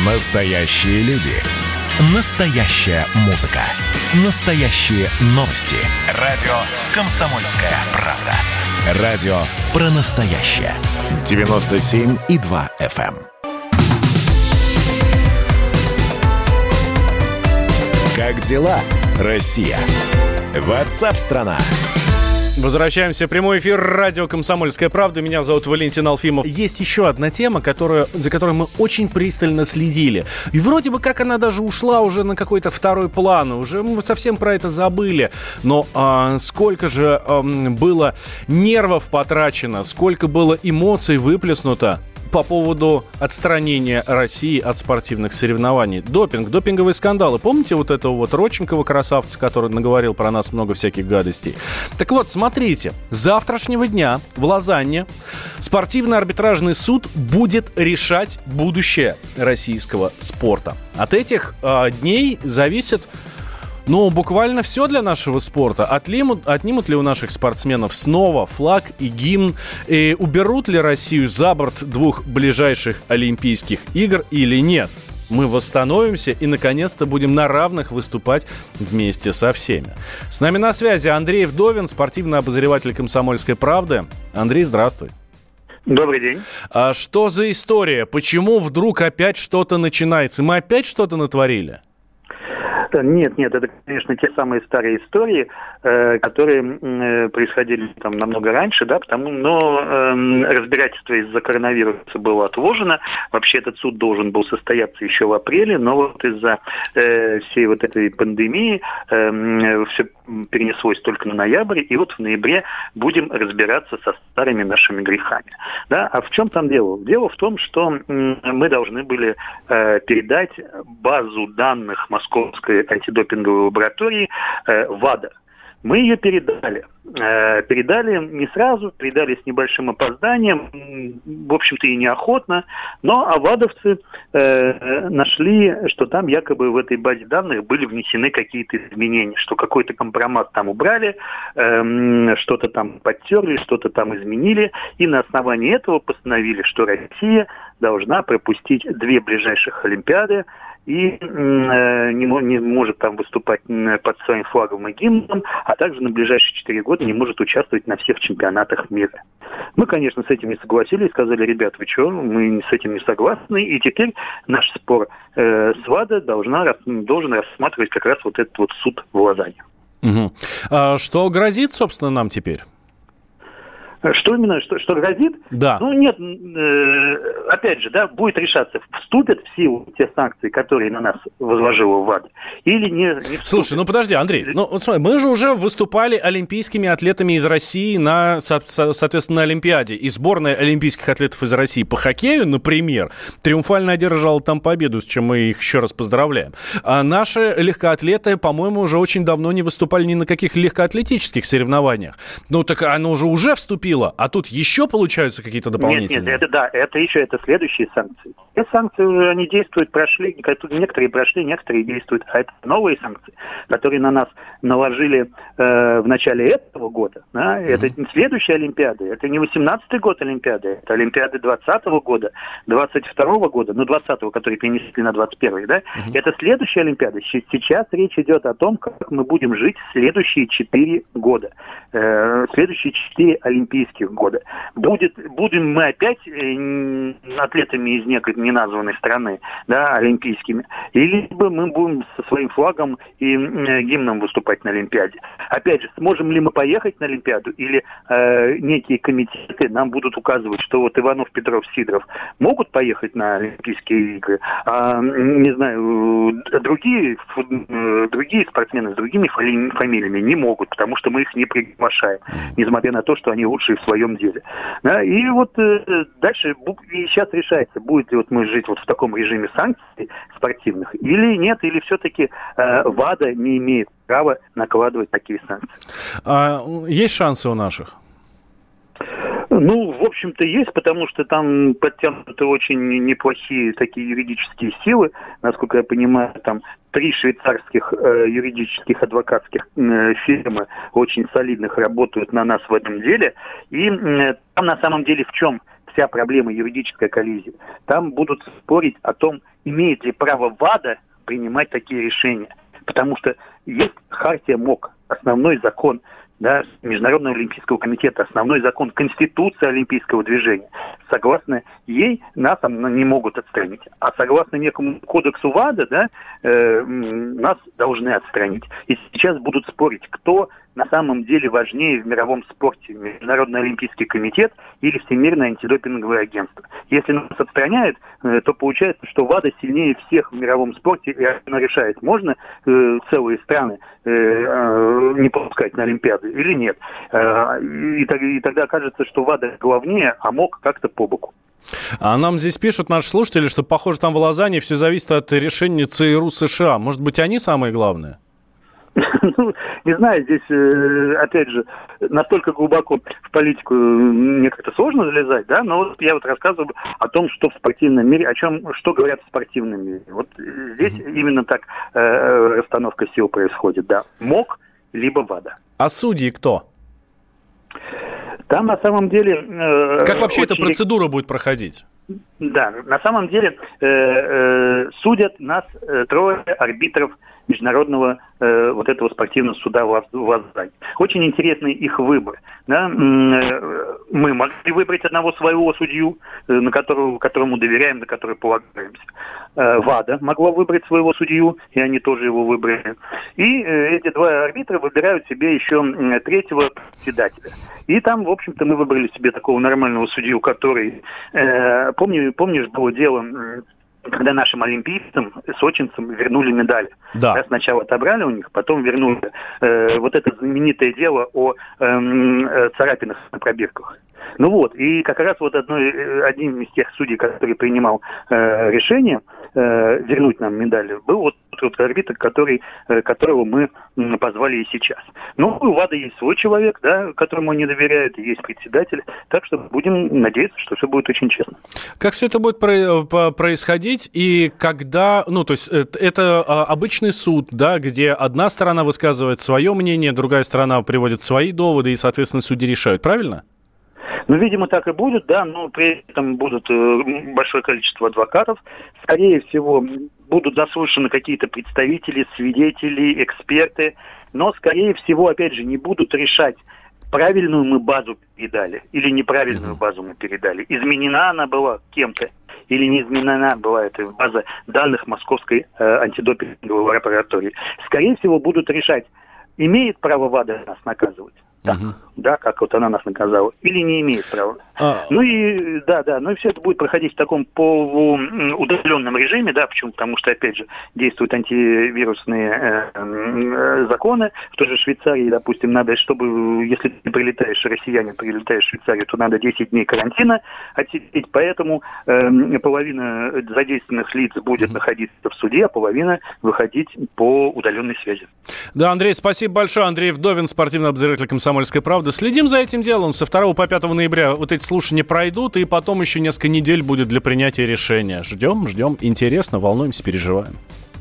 Настоящие люди. Настоящая музыка. Настоящие новости. Радио «Комсомольская правда». Радио про настоящее. 97,2 FM. Как дела, Россия? WhatsApp-страна. Возвращаемся в прямой эфир радио «Комсомольская правда». Меня зовут Валентин Алфимов. Есть еще одна тема, за которой мы очень пристально следили. И вроде бы как она даже ушла уже на какой-то второй план. Уже мы совсем про это забыли. Но сколько же было нервов потрачено, сколько было эмоций выплеснуто по поводу отстранения России от спортивных соревнований. Допинг, допинговые скандалы. Помните вот этого вот Родченкова красавца, который наговорил про нас много всяких гадостей? Так вот, смотрите. С завтрашнего дня в Лозанне спортивный арбитражный суд будет решать будущее российского спорта. От этих дней зависит буквально все для нашего спорта. Отнимут ли у наших спортсменов снова флаг и гимн? И уберут ли Россию за борт двух ближайших Олимпийских игр или нет? Мы восстановимся и, наконец-то, будем на равных выступать вместе со всеми. С нами на связи Андрей Вдовин, спортивный обозреватель «Комсомольской правды». Андрей, здравствуй. Добрый день. А что за история? Почему вдруг опять что-то начинается? Мы опять что-то натворили? Нет, это, конечно, те самые старые истории, которые происходили там намного раньше, да, но разбирательство из-за коронавируса было отложено. Вообще этот суд должен был состояться еще в апреле, но вот из-за всей вот этой пандемии все перенеслось только на ноябрь, и вот в ноябре будем разбираться со старыми нашими грехами. Да? А в чем там дело? Дело в том, что мы должны были передать базу данных Московской антидопинговой лаборатории ВАДА. Мы ее передали. Передали не сразу, передали с небольшим опозданием, в общем-то и неохотно, но авадовцы нашли, что там якобы в этой базе данных были внесены какие-то изменения, что какой-то компромат там убрали, что-то там подтерли, что-то там изменили, и на основании этого постановили, что Россия должна пропустить 2 ближайших Олимпиады, и не может там выступать под своим флагом и гимном, а также на ближайшие 4 года не может участвовать на всех чемпионатах мира. Мы, конечно, с этим не согласились, сказали: ребят, вы что, мы с этим не согласны, и теперь наш спор с ВАДА должен рассматривать как раз вот этот вот суд в Лозанне. Угу. А что грозит, собственно, нам теперь? Что именно? Что грозит? Да. Нет, опять же, да, будет решаться, вступят в силу те санкции, которые на нас возложила ВАДА, или не вступят. Слушай, подожди, Андрей, смотри, мы же уже выступали олимпийскими атлетами из России на, соответственно, на Олимпиаде. И сборная олимпийских атлетов из России по хоккею, например, триумфально одержала там победу, с чем мы их еще раз поздравляем. А наши легкоатлеты, по-моему, уже очень давно не выступали ни на каких легкоатлетических соревнованиях. Так оно уже вступило. А тут еще получаются какие-то дополнительные? Нет, это следующие санкции. Те санкции уже, они действуют, прошли, некоторые прошли, некоторые действуют. А это новые санкции, которые на нас наложили в начале этого года. Да? Это не следующие Олимпиады, это не 18-й год Олимпиады, это Олимпиады 20-го года, 22-го года, 20-го, которые перенесли на 21-й, да? Это следующие Олимпиады. Сейчас речь идет о том, как мы будем жить следующие 4 года. Следующие 4 Олимпийских года. Будем мы опять атлетами из некой неназванной страны, да, олимпийскими, либо мы будем со своим флагом и гимном выступать на Олимпиаде. Опять же, сможем ли мы поехать на Олимпиаду, или некие комитеты нам будут указывать, что вот Иванов, Петров, Сидоров могут поехать на Олимпийские игры, а, не знаю, другие спортсмены с другими фамилиями не могут, потому что мы их не приглашаем, несмотря на то, что они лучшие в своем деле. Да, и вот дальше сейчас решается, будет ли вот мы жить вот в таком режиме санкций спортивных или нет, или все-таки ВАДА не имеет права накладывать такие санкции. Есть шансы у наших? В общем-то, есть, потому что там подтянуты очень неплохие такие юридические силы. Насколько я понимаю, там 3 швейцарских юридических адвокатских фирмы очень солидных работают на нас в этом деле. И там на самом деле в чем вся проблема юридической коллизии. Там будут спорить о том, имеет ли право ВАДА принимать такие решения. Потому что есть хартия МОК, основной закон, да, Международного олимпийского комитета, основной закон, Конституция олимпийского движения. Согласно ей нас не могут отстранить. А согласно некому кодексу ВАДА, да, нас должны отстранить. И сейчас будут спорить, кто на самом деле важнее в мировом спорте, Международный олимпийский комитет или Всемирное антидопинговое агентство. Если нас отстраняют, то получается, что ВАДА сильнее всех в мировом спорте, и она решает, можно целые страны не пускать на Олимпиады или нет. И тогда кажется, что ВАДА главнее, а МОК как-то по боку. А нам здесь пишут наши слушатели, что, похоже, там в Лозанне все зависит от решения ЦРУ США. Может быть, они самые главные? Ну, не знаю, здесь, опять же, настолько глубоко в политику мне как-то сложно залезать, да, но вот я вот рассказываю о том, что в спортивном мире, что говорят в спортивном мире. Вот здесь именно так расстановка сил происходит, да. МОК либо ВАДА. А судьи кто? Там на самом деле... Как вообще эта процедура будет проходить? Да, на самом деле судят нас трое арбитров Международного вот этого спортивного суда в Лозанне. Очень интересный их выбор. Да? Мы могли выбрать одного своего судью, которому доверяем, на который полагаемся. ВАДА могла выбрать своего судью, и они тоже его выбрали. И эти два арбитра выбирают себе еще третьего председателя. И там, в общем-то, мы выбрали себе такого нормального судью, который... Помнишь, было дело... Когда нашим олимпийцам, сочинцам вернули медали. Да. Сначала отобрали у них, потом вернули. Вот это знаменитое дело о царапинах на пробирках. Ну вот, и как раз вот один из тех судей, который принимал решение вернуть нам медали, был вот тот арбитр, которого мы позвали и сейчас. Ну, у ВАДА есть свой человек, да, которому они доверяют, и есть председатель, так что будем надеяться, что все будет очень честно. Как все это будет происходить и когда, ну, то есть это обычный суд, да, где одна сторона высказывает свое мнение, другая сторона приводит свои доводы, и, соответственно, судьи решают, правильно? Ну, видимо, так и будет, да, но при этом будут большое количество адвокатов. Скорее всего, будут заслушаны какие-то представители, свидетели, эксперты, но, скорее всего, опять же, не будут решать, правильную мы базу передали или неправильную базу мы передали. Изменена она была кем-то или не изменена была эта база данных Московской антидопинговой лаборатории. Скорее всего, будут решать, имеет право ВАДА нас наказывать. Так, да, как вот она нас наказала, или не имеет права. Ну и все это будет проходить в таком полуудаленном режиме, да, почему? Потому что, опять же, действуют антивирусные законы. В той же Швейцарии, допустим, надо, чтобы, если ты россиянин, прилетаешь в Швейцарию, то надо 10 дней карантина отсидеть, поэтому половина задействованных лиц будет находиться в суде, а половина выходить по удаленной связи. Да, Андрей, спасибо большое. Андрей Вдовин, спортивный обозреватель «Комсомольской правды». Следим за этим делом. Со 2 по 5 ноября вот эти слушания пройдут, и потом еще несколько недель будет для принятия решения. Ждем. Интересно, волнуемся, переживаем.